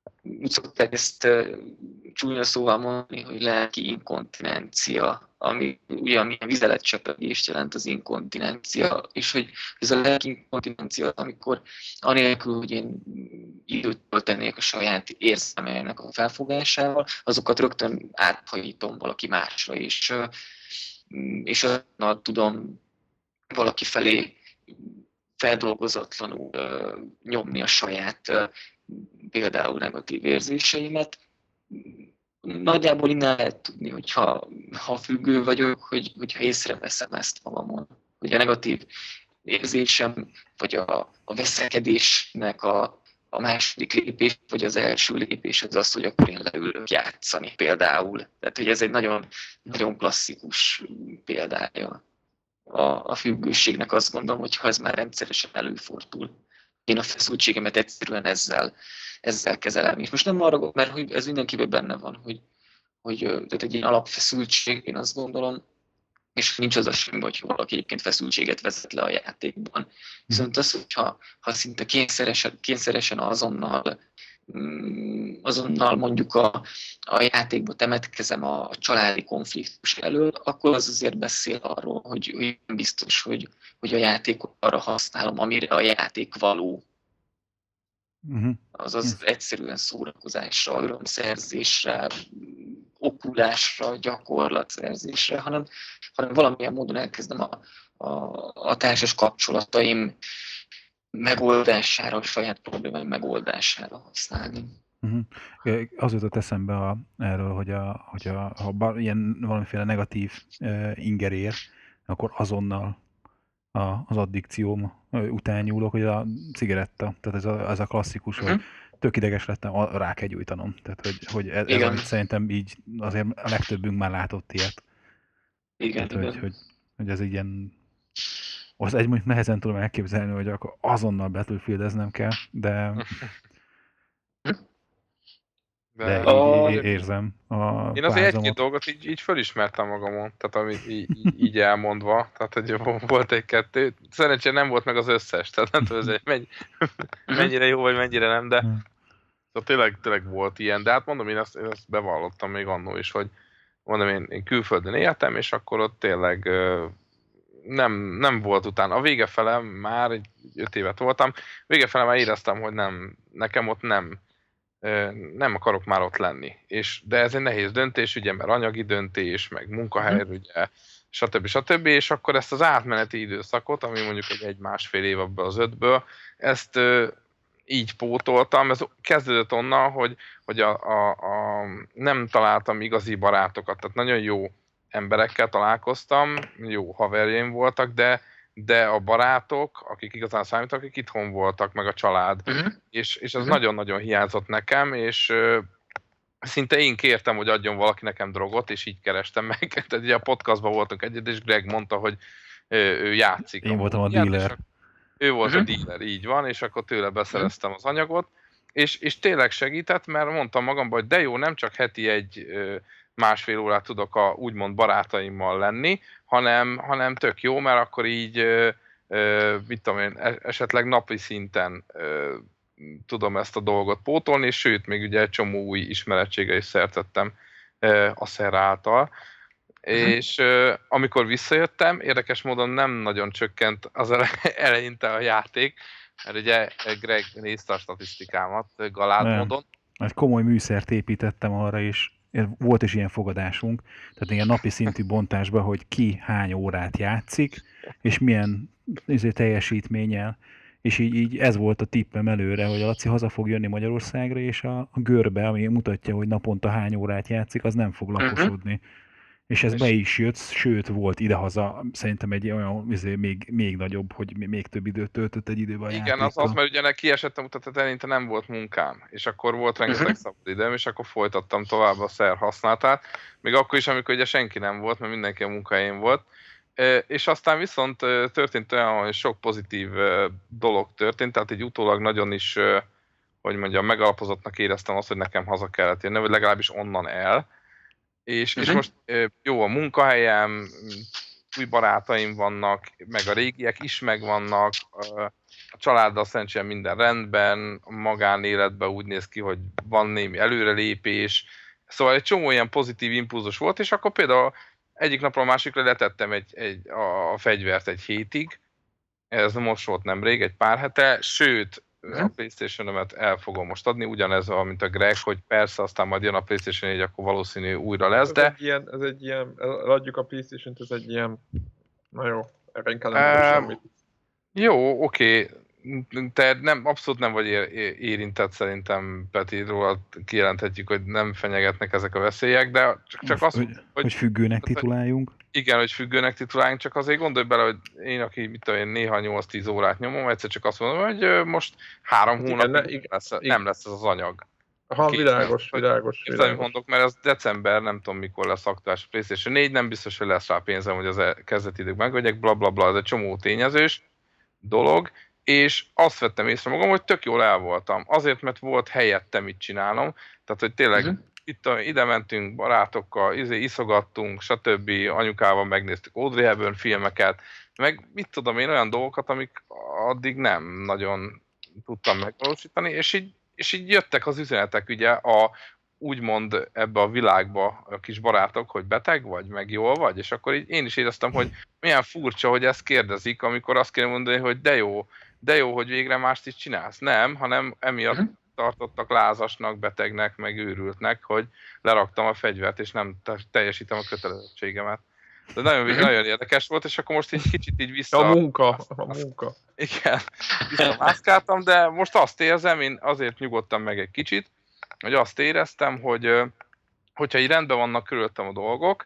úgy szokták ezt csúnya szóval mondani, hogy lelki inkontinencia, ami ugyanilyen vizeletcsepegést jelent az inkontinencia, és hogy ez a lelki inkontinencia, amikor anélkül, hogy én időt töltenék a saját érzelmeinek a felfogásával, azokat rögtön áthajítom valaki másra, és azonnal tudom valaki felé feldolgozatlanul nyomni a saját például negatív érzéseimet. Nagyjából innen lehet tudni, hogyha függő vagyok, hogyha észreveszem ezt magamon, hogy a negatív érzésem, vagy a veszekedésnek a második lépés, vagy az első lépés az az, hogy akkor én leülök játszani például. Tehát, hogy ez egy nagyon, nagyon klasszikus példája a függőségnek, azt gondolom, hogy ha ez már rendszeresen előfordul. Én a feszültségemet egyszerűen ezzel kezelem. És most nem arra, mert hogy ez mindenkiben benne van, hogy tehát egy ilyen alapfeszültség, én azt gondolom, és nincs az a semmi, hogy valaki egyébként feszültséget vezet le a játékban. Viszont az, hogyha szinte kényszeresen azonnal mondjuk a játékba temetkezem a családi konfliktus elől, akkor az azért beszél arról, hogy biztos, hogy a játékot arra használom, amire a játék való. Azaz egyszerűen szórakozásra, örömszerzésre, okulásra, gyakorlatszerzésre, hanem valamilyen módon elkezdem a társas kapcsolataim megoldására, a saját problémáim megoldására használni. Az jutott eszembe erről, hogy ha ilyen valamiféle negatív inger ér, akkor azonnal az addikcióm után nyúlok, hogy a cigaretta, tehát ez a klasszikus, hogy tök ideges lettem, rá kell gyújtanom. Tehát, hogy ez amit szerintem így azért a legtöbbünk már látott ilyet. Igen, tehát, hogy ez ilyen... Az egy mondjuk nehezen tudom elképzelni, hogy akkor azonnal Battlefieldeznem kell, de így érzem. Én azért egy-két dolgot így fölismertem magamon, tehát amit így elmondva, tehát hogy volt egy-kettő. Szerencsére nem volt meg az összes, tehát nem tudom, hogy mennyire jó, vagy mennyire nem, de tényleg volt ilyen. De hát mondom, én ezt bevallottam még annól is, hogy mondom, én külföldön éltem, és akkor ott tényleg nem volt utána. A vége fele már 5 évet voltam, vége fele már éreztem, hogy nekem ott nem akarok már ott lenni. De ez egy nehéz döntés, ugye, mert anyagi döntés, meg munkahely, ugye, stb. És akkor ezt az átmeneti időszakot, ami mondjuk egy 1-1,5 év abból az 5-ből, ezt így pótoltam. Ez kezdődött onnan, hogy nem találtam igazi barátokat, tehát nagyon jó emberekkel találkoztam, jó haverjaim voltak, de a barátok, akik igazán számítak, akik itthon voltak, meg a család. És ez nagyon-nagyon hiányzott nekem, és szinte én kértem, hogy adjon valaki nekem drogot, és így kerestem meg. Tehát ugye a podcastban voltunk egyet, és Greg mondta, hogy ő játszik. Én voltam a dealer. Ő volt a dealer, így van, és akkor tőle beszereztem az anyagot, és tényleg segített, mert mondtam magamban, hogy de jó, nem csak heti 1,5 órát tudok a úgymond barátaimmal lenni, hanem tök jó, mert akkor így, mit tudom én, esetleg napi szinten tudom ezt a dolgot pótolni, és sőt, még ugye egy csomó új ismerettségre is szertettem a szer által. És amikor visszajöttem, érdekes módon nem nagyon csökkent az eleinte a játék, mert ugye Greg nézte a statisztikámat galád módon. Egy komoly műszert építettem arra is. Volt is ilyen fogadásunk, tehát ilyen napi szintű bontásban, hogy ki hány órát játszik, és milyen teljesítménnyel. És így ez volt a tippem előre, hogy a Laci haza fog jönni Magyarországra, és a görbe, ami mutatja, hogy naponta hány órát játszik, az nem fog laposodni. És ez be is jött, sőt volt idehaza szerintem egy olyan még nagyobb, hogy még több időt töltött egy időben a játékkal. Igen, az, mert ugye kiesettem, tehát eleinte nem volt munkám, és akkor volt rengeteg szabad időm, és akkor folytattam tovább a szer használatát, még akkor is, amikor ugye senki nem volt, mert mindenki a munkahelyén volt. És aztán viszont történt olyan, hogy sok pozitív dolog történt, tehát így utólag nagyon is, hogy mondjam, megalapozottnak éreztem azt, hogy nekem haza kellett jönni, vagy legalábbis onnan el. És most jó a munkahelyem, új barátaim vannak, meg a régiek is megvannak, a családdal szerencsére minden rendben, a magánéletben úgy néz ki, hogy van némi előrelépés, szóval egy csomó ilyen pozitív impulzus volt, és akkor például egyik napról a másikra letettem a fegyvert egy hétig, ez most volt nemrég, egy pár hete, sőt, a PlayStation-ömet el fogom most adni, ugyanez van, mint a Greg, hogy persze, aztán majd jön a PlayStation 4, akkor valószínű újra lesz, de... Ez egy ilyen, adjuk a PlayStation-t, ez egy ilyen, na jó, erre inkább nem semmit. Jó, oké. Te abszolút nem vagy érintett szerintem, Peti, róla kijelenthetjük, hogy nem fenyegetnek ezek a veszélyek, de csak azt, hogy függőnek tituláljunk. Igen, hogy függőnek tituláljunk, csak azért gondolj bele, hogy én, aki néha 8-10 órát nyomom, egyszer csak azt mondom, hogy most 3 hónapig nem lesz ez az anyag. Világos. Mondok, mert ez december, nem tudom mikor lesz aktuális a PlayStation 4, nem biztos, hogy lesz rá pénzem, hogy az kezdeti idők megvegyek, blablabla, ez egy csomó tényezős dolog, és azt vettem észre magam, hogy tök jól el voltam. Azért, mert volt helyettem mit csinálnom, tehát, hogy tényleg ide mentünk barátokkal, iszogattunk, stb. Anyukával megnéztük Audrey Hepburn filmeket, meg mit tudom én, olyan dolgokat, amik addig nem nagyon tudtam megvalósítani, és így jöttek az üzenetek, ugye, úgymond ebbe a világba a kis barátok, hogy beteg vagy, meg jól vagy, és akkor így én is éreztem, hogy milyen furcsa, hogy ezt kérdezik, amikor azt kéne mondani, hogy de jó, hogy végre mást is csinálsz. Nem, hanem emiatt tartottak lázasnak, betegnek, meg őrültnek, hogy leraktam a fegyvert, és nem teljesítem a kötelezettségemet. De nagyon érdekes volt, és akkor most egy kicsit így vissza... A munka. Igen, visszamászkáltam, de most azt érzem, én azért nyugodtam meg egy kicsit, hogy azt éreztem, hogyha így rendben vannak körülöttem a dolgok,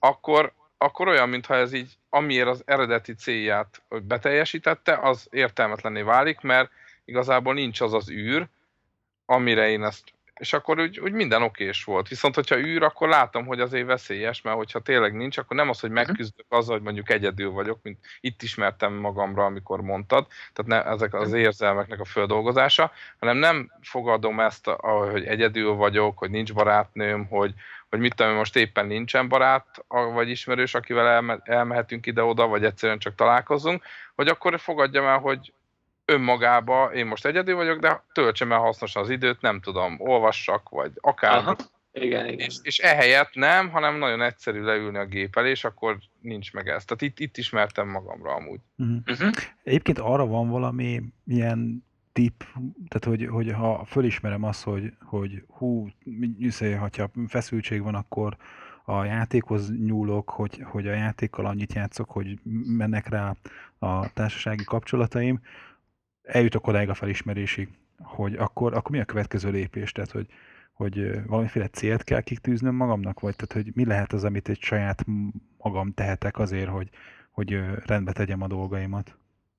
akkor olyan, mintha ez így, amiért az eredeti célját beteljesítette, az értelmetlenné válik, mert igazából nincs az az űr, amire én ezt... És akkor úgy minden okés volt. Viszont, hogyha űr, akkor látom, hogy azért veszélyes, mert hogyha tényleg nincs, akkor nem az, hogy megküzdök azzal, hogy mondjuk egyedül vagyok, mint itt ismertem magamra, amikor mondtad, tehát ezek az érzelmeknek a földolgozása, hanem nem fogadom ezt, hogy egyedül vagyok, hogy nincs barátnőm, hogy mit tudom, most éppen nincsen barát, vagy ismerős, akivel elmehetünk ide-oda, vagy egyszerűen csak találkozunk, hogy akkor fogadjam el, hogy önmagába én most egyedül vagyok, de töltsem el hasznosan az időt, nem tudom, olvassak, vagy akár. Igen. És ehelyett nem, hanem nagyon egyszerű leülni a gép elé, és akkor nincs meg ez. Tehát itt ismertem magamra amúgy. Egyébként arra van valami ilyen tipp, tehát hogy ha fölismerem azt, hogy ha feszültség van, akkor a játékhoz nyúlok, hogy a játékkal annyit játszok, hogy mennek rá a társasági kapcsolataim, eljutok odáig a felismerésig, hogy akkor mi a következő lépés, tehát hogy valamiféle célt kell kitűznöm magamnak, vagy tehát hogy mi lehet az, amit egy saját magam tehetek azért, hogy rendbe tegyem a dolgaimat.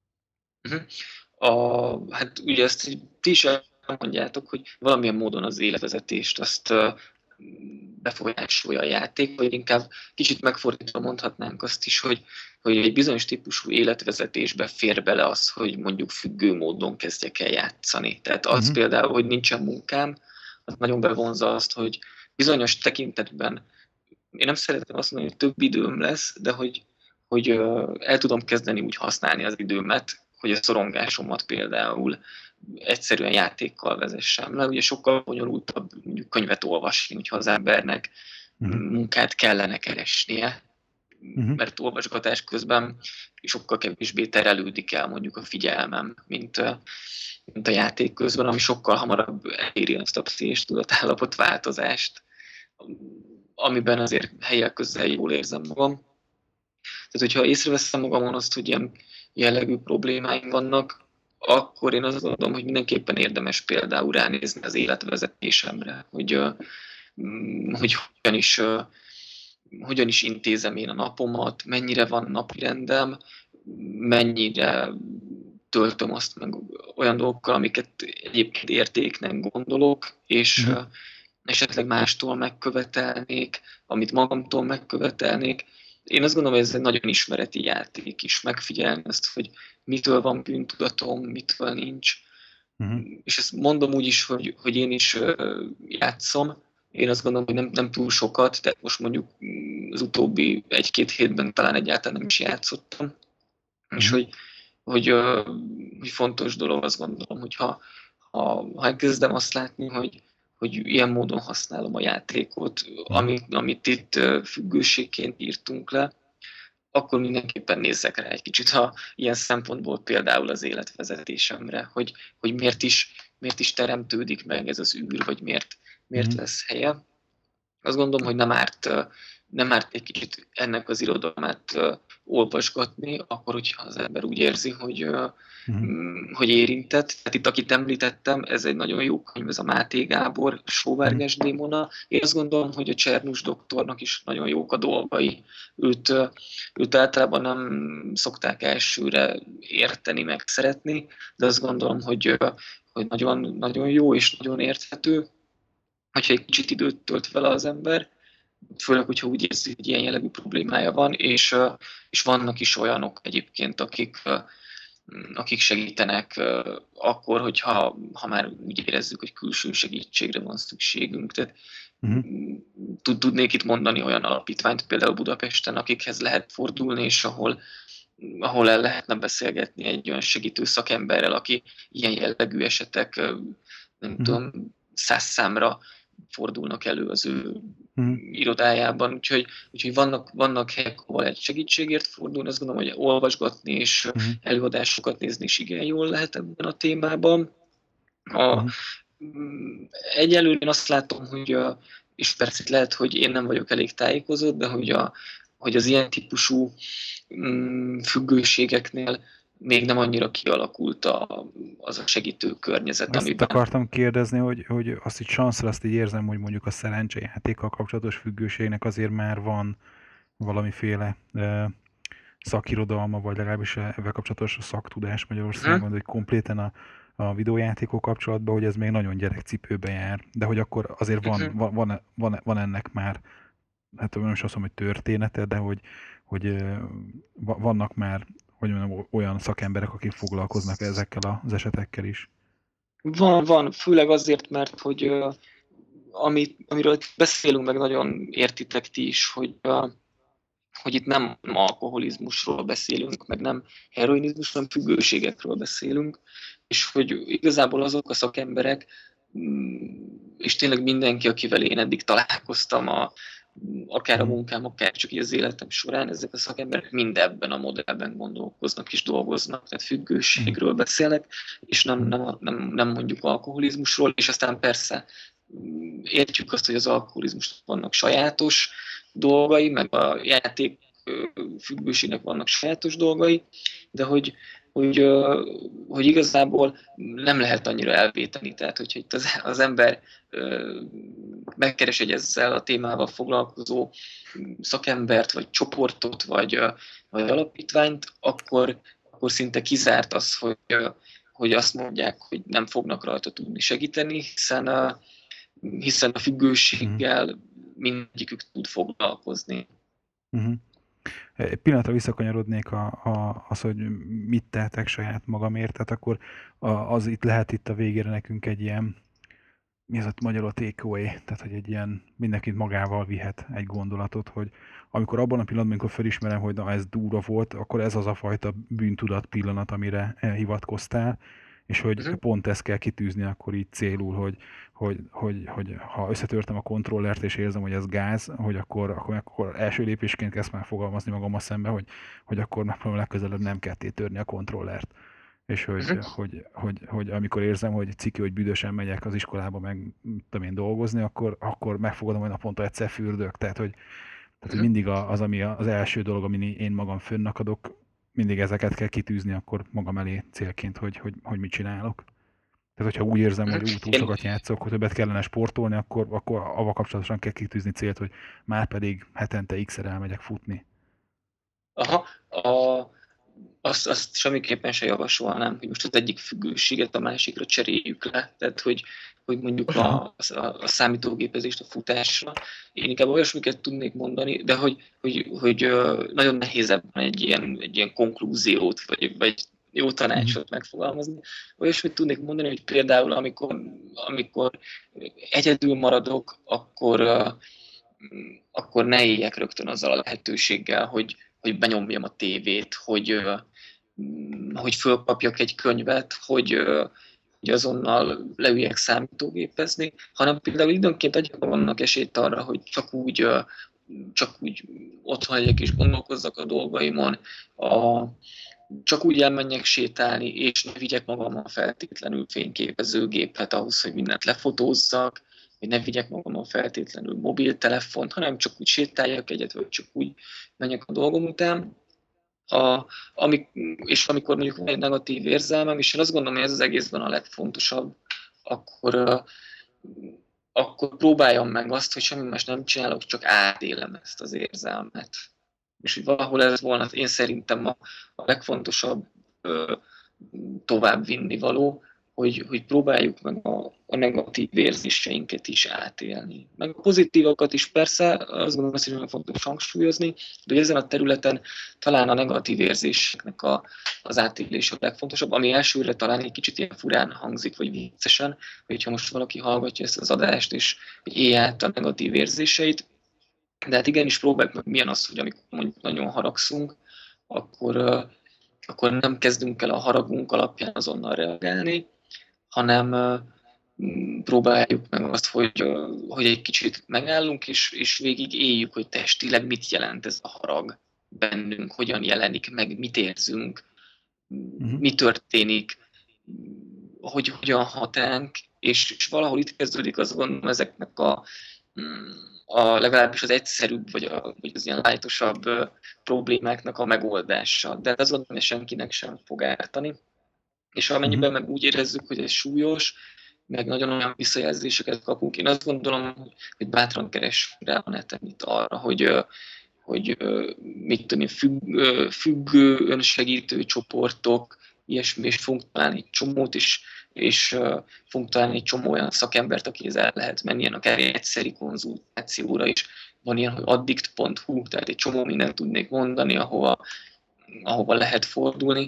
Hát ugye ezt ti is elmondjátok, hogy valamilyen módon az életvezetést azt befolyásolja a játék, vagy inkább kicsit megfordítva mondhatnánk azt is, hogy egy bizonyos típusú életvezetésbe fér bele az, hogy mondjuk függő módon kezdjek el játszani. Tehát az például, hogy nincsen munkám, az nagyon bevonza azt, hogy bizonyos tekintetben, én nem szeretem azt mondani, hogy több időm lesz, de hogy el tudom kezdeni úgy használni az időmet, hogy a szorongásomat például egyszerűen játékkal vezessem le. Ugye sokkal bonyolultabb mondjuk könyvet olvasni, hogyha az embernek munkát kellene keresnie, mert olvasgatás közben sokkal kevésbé terelődik el mondjuk a figyelmem, mint a játék közben, ami sokkal hamarabb eléri azt a pszichés tudatállapot változást, amiben azért helyek közel jól érzem magam. Tehát, hogyha észreveszem magamon azt, hogy ilyen jellegű problémáim vannak, akkor én azt gondolom, hogy mindenképpen érdemes például ránézni az életvezetésemre, hogy hogyan is intézem én a napomat, mennyire van napirendem, mennyire töltöm azt meg olyan dolgokkal, amiket egyébként értéknek gondolok, és esetleg mástól megkövetelnék, amit magamtól megkövetelnék. Én azt gondolom, hogy ez egy nagyon ismereti játék is, megfigyelni azt, hogy mitől van bűntudatom, mitől nincs. És ezt mondom úgy is, hogy én is játszom, Én azt gondolom, hogy nem túl sokat, tehát most mondjuk az utóbbi 1-2 hétben talán egyáltalán nem is játszottam. És hogy fontos dolog, azt gondolom, hogy ha elkezdem azt látni, hogy ilyen módon használom a játékot, amit itt függőségként írtunk le, akkor mindenképpen nézzek rá egy kicsit, ha ilyen szempontból például az életvezetésemre, hogy miért is teremtődik meg ez az űr, vagy miért lesz helye. Azt gondolom, hogy nem árt egy kicsit ennek az irodalmát olvasgatni, akkor, hogyha az ember úgy érzi, hogy érintett. Tehát itt, akit említettem, ez egy nagyon jó könyv, ez a Máté Gábor, Sóvárgás démona. Én azt gondolom, hogy a Csernus doktornak is nagyon jók a dolgai. Őt általában nem szokták elsőre érteni, meg szeretni, de azt gondolom, hogy nagyon, nagyon jó és nagyon érthető, hogyha egy kicsit időt tölt vele az ember, főleg, hogyha úgy érzi, hogy ilyen jellegű problémája van, és vannak is olyanok egyébként, akik segítenek akkor, hogyha már úgy érezzük, hogy külső segítségre van szükségünk. Tehát tudnék itt mondani olyan alapítványt, például Budapesten, akikhez lehet fordulni, és ahol el lehetne beszélgetni egy olyan segítő szakemberrel, aki ilyen jellegű esetek, nem tudom, 100 számra fordulnak elő az ő irodájában, úgyhogy vannak helyek, ahol lehet segítségért fordulni, azt gondolom, hogy olvasgatni és előadásokat nézni is igen jól lehet ebben a témában. Egyelőre én azt látom, és persze lehet, hogy én nem vagyok elég tájékozott, de hogy az ilyen típusú függőségeknél még nem annyira kialakult az a segítő környezet, amiben... Ezt akartam kérdezni, hogy azt így sanszra azt így érzem, hogy mondjuk a szerencsejátékkal kapcsolatos függőségnek azért már van valamiféle szakirodalma, vagy legalábbis ebben kapcsolatos szaktudás Magyarországon, hogy kompléten a videójátékok kapcsolatban, hogy ez még nagyon gyerekcipőbe jár, de hogy akkor azért van ennek már, hát nem is azt mondom, hogy története, de hogy vannak már hogy mondjam, olyan szakemberek, akik foglalkoznak ezekkel az esetekkel is. Van, főleg azért, mert hogy amiről beszélünk, meg nagyon értitek ti is, hogy itt nem alkoholizmusról beszélünk, meg nem heroinizmusról, hanem függőségekről beszélünk, és hogy igazából azok a szakemberek, és tényleg mindenki, akivel én eddig találkoztam, akár a munkám, akár csak az életem során, ezek a szakemberek mind ebben a modellben gondolkoznak és dolgoznak, tehát függőségről beszélnek, és nem mondjuk alkoholizmusról, és aztán persze értjük azt, hogy az alkoholizmusnak vannak sajátos dolgai, meg a játék függőségnek vannak sajátos dolgai, de hogy igazából nem lehet annyira elvéteni. Tehát, hogyha itt az ember megkeres egy ezzel a témával foglalkozó szakembert, vagy csoportot, vagy alapítványt, akkor szinte kizárt az, hogy azt mondják, hogy nem fognak rajta tudni segíteni, hiszen a függőséggel mindegyikük tud foglalkozni. Egy pillanatra visszakanyarodnék az, hogy mit tehetek saját magamért, tehát akkor az itt lehet itt a végére nekünk egy ilyen, mi az a magyarul takeaway, tehát hogy egy ilyen mindenkit magával vihet egy gondolatot, hogy amikor abban a pillanatban, amikor felismerem, hogy na ez durva volt, akkor ez az a fajta bűntudat pillanat, amire hivatkoztál, és hogy pont ezt kell kitűzni akkor így célul, hogy ha összetörtem a kontrollert és érzem, hogy ez gáz, hogy akkor első lépésként kezd már fogalmazni magammal szembe, hogy akkor megpróbálom legközelebb nem ketté törni a kontrollert. És hogy amikor érzem, hogy ciki, hogy büdösen megyek az iskolába meg tudom én dolgozni, akkor megfogadom, hogy naponta egyszer fürdök. Tehát, hogy mindig az, ami az első dolog, amin én magam fönnakadok, mindig ezeket kell kitűzni akkor magam elé célként, hogy mit csinálok. Tehát, hogyha úgy érzem, hogy túl sokat játszok, hogy többet kellene sportolni, akkor avval kapcsolatosan kell kitűzni célt, hogy már pedig hetente x-szer elmegyek futni. Azt semmiképpen se javasolnám, hogy most az egyik függőséget a másikra cseréljük le. Tehát, hogy mondjuk a számítógépezést a futásra. Én inkább olyasmiket tudnék mondani, de hogy nagyon nehéz ebben egy ilyen konklúziót, vagy jó tanácsot megfogalmazni. Olyasmit tudnék mondani, hogy például amikor egyedül maradok, akkor ne éljek rögtön azzal a lehetőséggel, hogy benyomjam a tévét, hogy fölkapjak egy könyvet, hogy azonnal leüljek számítógépezni, hanem például időnként adjak magamnak esélyt arra, hogy csak úgy otthon legyek és gondolkozzak a dolgaimon, csak úgy elmenjek sétálni, és ne vigyek magammal feltétlenül fényképezőgépet ahhoz, hogy mindent lefotózzak, hogy ne vigyek magammal feltétlenül mobiltelefont, hanem csak úgy sétáljak egyet, vagy csak úgy menjek a dolgom után. És amikor mondjuk van egy negatív érzelmem, és én azt gondolom, hogy ez az egészben a legfontosabb, akkor próbáljam meg azt, hogy semmi más nem csinálok, csak átélem ezt az érzelmet. És hogy valahol ez volna én szerintem a legfontosabb tovább vinni való, hogy próbáljuk meg a negatív érzéseinket is átélni. Meg a pozitívokat is persze, azt gondolom, hogy nagyon fontos hangsúlyozni, de ezen a területen talán a negatív érzéseknek az átélése a legfontosabb, ami elsőre talán egy kicsit ilyen furán hangzik, vagy viccesen, hogyha most valaki hallgatja ezt az adást, és élje át a negatív érzéseit, de hát igenis próbáljuk meg, milyen az, hogy amikor mondjuk nagyon haragszunk, akkor nem kezdünk el a haragunk alapján azonnal reagálni, hanem próbáljuk meg azt, hogy egy kicsit megállunk, és végig éljük, hogy testileg mit jelent ez a harag bennünk, hogyan jelenik meg, mit érzünk, mi történik, hogy hogyan hat ránk, és valahol itt kezdődik azt gondolom ezeknek legalábbis az egyszerűbb, vagy az ilyen lájtosabb problémáknak a megoldása. De azt gondolom, hogy senkinek sem fog ártani. És amennyiben meg úgy érezzük, hogy ez súlyos, meg nagyon olyan visszajelzéseket kapunk, én azt gondolom, hogy bátran keressünk rá a neten itt arra, hogy mit tudom, függő önsegítő csoportok, ilyesmi, és fogunk találni egy csomót, és fogunk találni egy csomó olyan szakembert, akihez el lehet menni, akár egy egyszeri konzultációra is. Van ilyen, hogy addict.hu, tehát egy csomó mindent tudnék mondani, ahova lehet fordulni.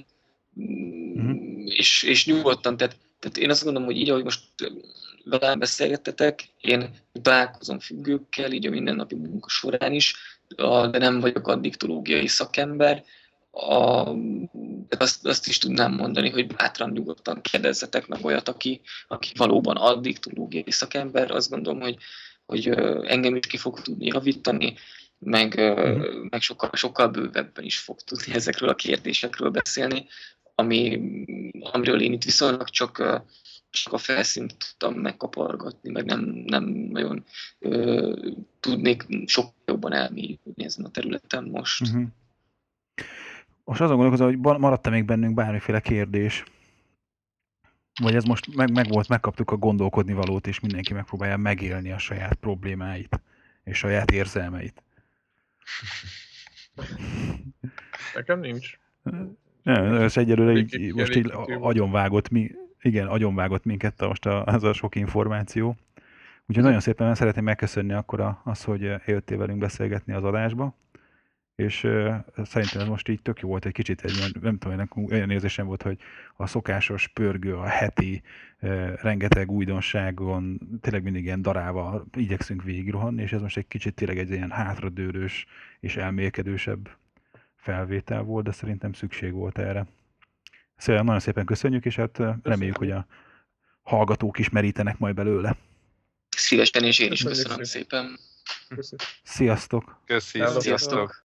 És nyugodtan, tehát én azt gondolom, hogy így, ahogy most velem beszélgettetek, én találkozom függőkkel, így a mindennapi munka során is, de nem vagyok addiktológiai szakember. Azt is tudnám mondani, hogy bátran, nyugodtan kérdezzetek meg olyat, aki valóban addiktológiai szakember. Azt gondolom, hogy engem is ki fog tudni javítani, meg sokkal bővebben is fog tudni ezekről a kérdésekről beszélni, amiről én itt viszonylag csak a felszínt tudtam megkapargatni, meg nem nagyon tudnék sokkal jobban elmélyülni ezen a területen most. Most azon gondolkozom, hogy maradt-e még bennünk bármiféle kérdés? Vagy ez most megkaptuk a gondolkodni valót, és mindenki megpróbálja megélni a saját problémáit, és saját érzelmeit. Nekem nincs. Ez egyelőre most így agyonvágott minket az a sok információ. Úgyhogy nagyon szépen szeretném megköszönni akkor azt, hogy eljöttél velünk beszélgetni az adásba. És szerintem ez most így tök jó volt, egy kicsit egy ilyen, nem tudom, olyan érzésem volt, hogy a szokásos pörgő, a heti, rengeteg újdonságon tényleg mindig ilyen darával igyekszünk végigrohanni, és ez most egy kicsit tényleg egy ilyen hátradőlős és elmélkedősebb felvétel volt, de szerintem szükség volt erre. Szóval nagyon szépen köszönjük, és hát reméljük, hogy a hallgatók is merítenek majd belőle. Szívesen, és én is köszönöm szépen. Sziasztok! Köszi, sziasztok!